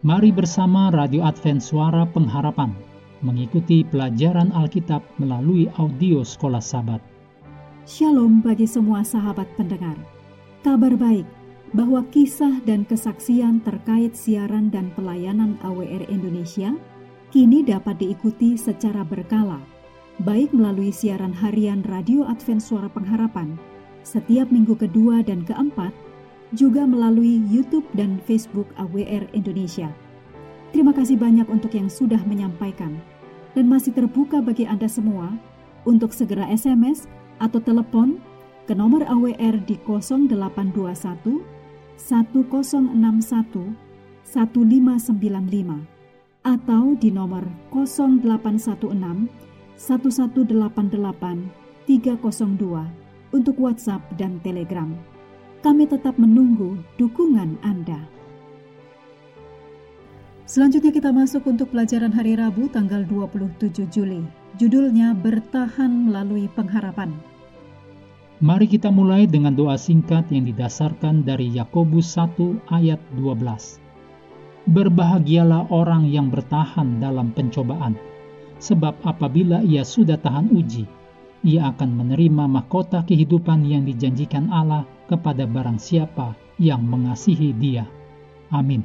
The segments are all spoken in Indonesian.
Mari bersama Radio Advent Suara Pengharapan mengikuti pelajaran Alkitab melalui audio Sekolah Sabat. Shalom bagi semua sahabat pendengar. Kabar baik bahwa kisah dan kesaksian terkait siaran dan pelayanan AWR Indonesia kini dapat diikuti secara berkala, baik melalui siaran harian Radio Advent Suara Pengharapan setiap minggu kedua dan keempat, juga melalui YouTube dan Facebook AWR Indonesia. Terima kasih banyak untuk yang sudah menyampaikan dan masih terbuka bagi Anda semua untuk segera SMS atau telepon ke nomor AWR di 0821 1061 1595 atau di nomor 0816 1188 302 untuk WhatsApp dan Telegram. Kami tetap menunggu dukungan Anda. Selanjutnya kita masuk untuk pelajaran hari Rabu tanggal 27 Juli. Judulnya Bertahan Melalui Pengharapan. Mari kita mulai dengan doa singkat yang didasarkan dari Yakobus 1 ayat 12. Berbahagialah orang yang bertahan dalam pencobaan, sebab apabila ia sudah tahan uji, ia akan menerima mahkota kehidupan yang dijanjikan Allah kepada barang siapa yang mengasihi Dia. Amin.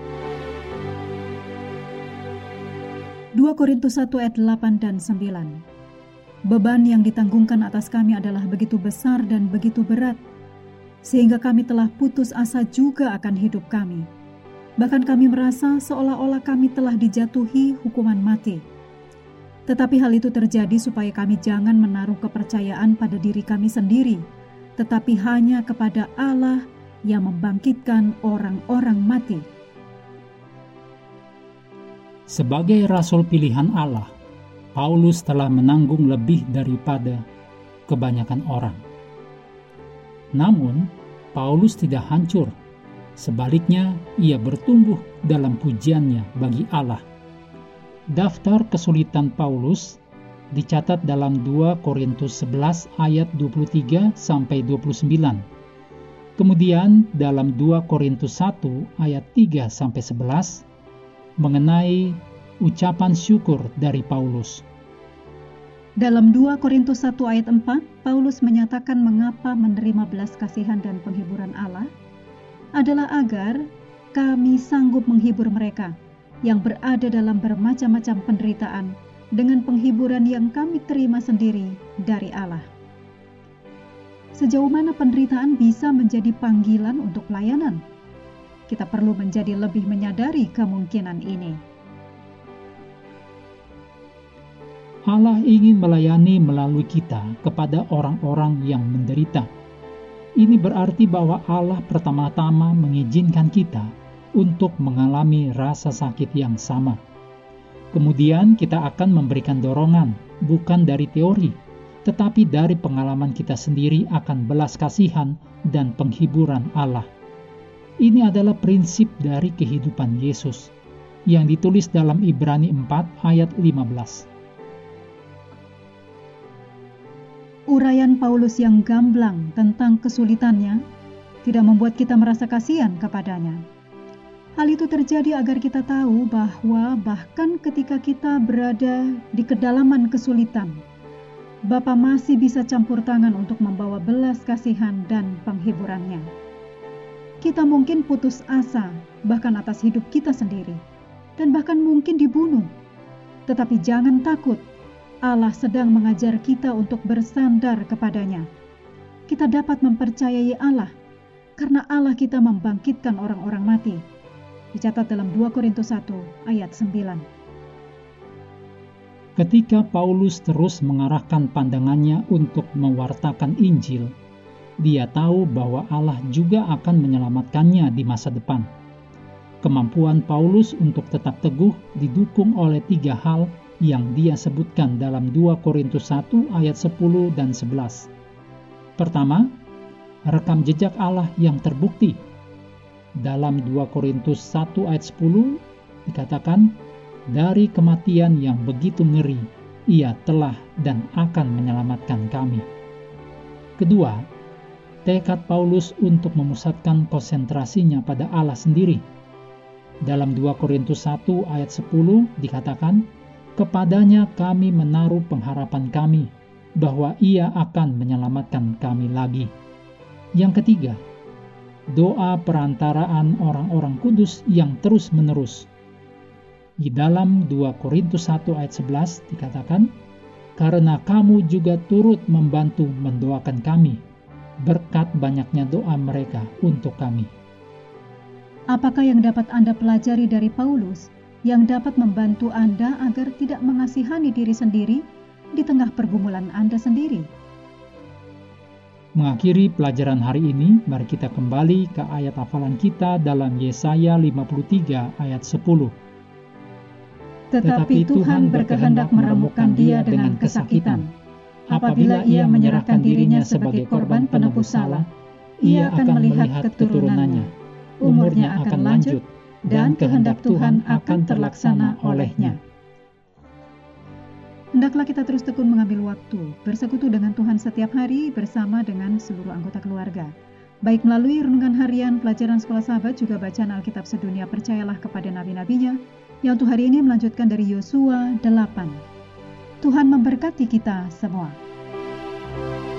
2 Korintus 1 ayat 8 dan 9. Beban yang ditanggungkan atas kami adalah begitu besar dan begitu berat, sehingga kami telah putus asa juga akan hidup kami. Bahkan kami merasa seolah-olah kami telah dijatuhi hukuman mati. Tetapi hal itu terjadi supaya kami jangan menaruh kepercayaan pada diri kami sendiri, tetapi hanya kepada Allah yang membangkitkan orang-orang mati. Sebagai rasul pilihan Allah, Paulus telah menanggung lebih daripada kebanyakan orang. Namun, Paulus tidak hancur. Sebaliknya, ia bertumbuh dalam pujiannya bagi Allah. Daftar kesulitan Paulus dicatat dalam 2 Korintus 11 ayat 23-29. Kemudian dalam 2 Korintus 1 ayat 3-11 mengenai ucapan syukur dari Paulus. Dalam 2 Korintus 1 ayat 4, Paulus menyatakan mengapa menerima belas kasihan dan penghiburan Allah adalah agar kami sanggup menghibur mereka yang berada dalam bermacam-macam penderitaan dengan penghiburan yang kami terima sendiri dari Allah. Sejauh mana penderitaan bisa menjadi panggilan untuk pelayanan? Kita perlu menjadi lebih menyadari kemungkinan ini. Allah ingin melayani melalui kita kepada orang-orang yang menderita. Ini berarti bahwa Allah pertama-tama mengizinkan kita untuk mengalami rasa sakit yang sama. Kemudian kita akan memberikan dorongan, bukan dari teori, tetapi dari pengalaman kita sendiri akan belas kasihan dan penghiburan Allah. Ini adalah prinsip dari kehidupan Yesus, yang ditulis dalam Ibrani 4 ayat 15. Uraian Paulus yang gamblang tentang kesulitannya tidak membuat kita merasa kasihan kepadanya. Hal itu terjadi agar kita tahu bahwa bahkan ketika kita berada di kedalaman kesulitan, Bapa masih bisa campur tangan untuk membawa belas kasihan dan penghiburannya. Kita mungkin putus asa bahkan atas hidup kita sendiri, dan bahkan mungkin dibunuh. Tetapi jangan takut, Allah sedang mengajar kita untuk bersandar kepadanya. Kita dapat mempercayai Allah, karena Allah kita membangkitkan orang-orang mati. Dicatat dalam 2 Korintus 1 ayat 9. Ketika Paulus terus mengarahkan pandangannya untuk mewartakan Injil, dia tahu bahwa Allah juga akan menyelamatkannya di masa depan. Kemampuan Paulus untuk tetap teguh didukung oleh 3 hal yang dia sebutkan dalam 2 Korintus 1 ayat 10 dan 11. Pertama, rekam jejak Allah yang terbukti. Dalam 2 Korintus 1 ayat 10 dikatakan, dari kematian yang begitu ngeri, ia telah dan akan menyelamatkan kami. Kedua, tekad Paulus untuk memusatkan konsentrasinya pada Allah sendiri. Dalam 2 Korintus 1 ayat 10 dikatakan, "Kepadanya kami menaruh pengharapan kami, bahwa Ia akan menyelamatkan kami lagi." Yang ketiga, doa perantaraan orang-orang kudus yang terus-menerus. Di dalam 2 Korintus 1 ayat 11 dikatakan, "Karena kamu juga turut membantu mendoakan kami, berkat banyaknya doa mereka untuk kami." Apakah yang dapat Anda pelajari dari Paulus yang dapat membantu Anda agar tidak mengasihani diri sendiri di tengah pergumulan Anda sendiri? Mengakhiri pelajaran hari ini, mari kita kembali ke ayat hafalan kita dalam Yesaya 53 ayat 10. Tetapi Tuhan berkehendak meremukkan dia dengan kesakitan. Apabila ia menyerahkan dirinya sebagai korban penebus salah, ia akan melihat keturunannya. Umurnya akan lanjut, dan kehendak Tuhan akan terlaksana olehnya. Hendaklah kita terus tekun mengambil waktu, bersekutu dengan Tuhan setiap hari bersama dengan seluruh anggota keluarga. Baik melalui renungan harian, pelajaran sekolah sahabat, juga bacaan Alkitab sedunia percayalah kepada nabi-nabinya, yang untuk hari ini melanjutkan dari Yosua 8. Tuhan memberkati kita semua.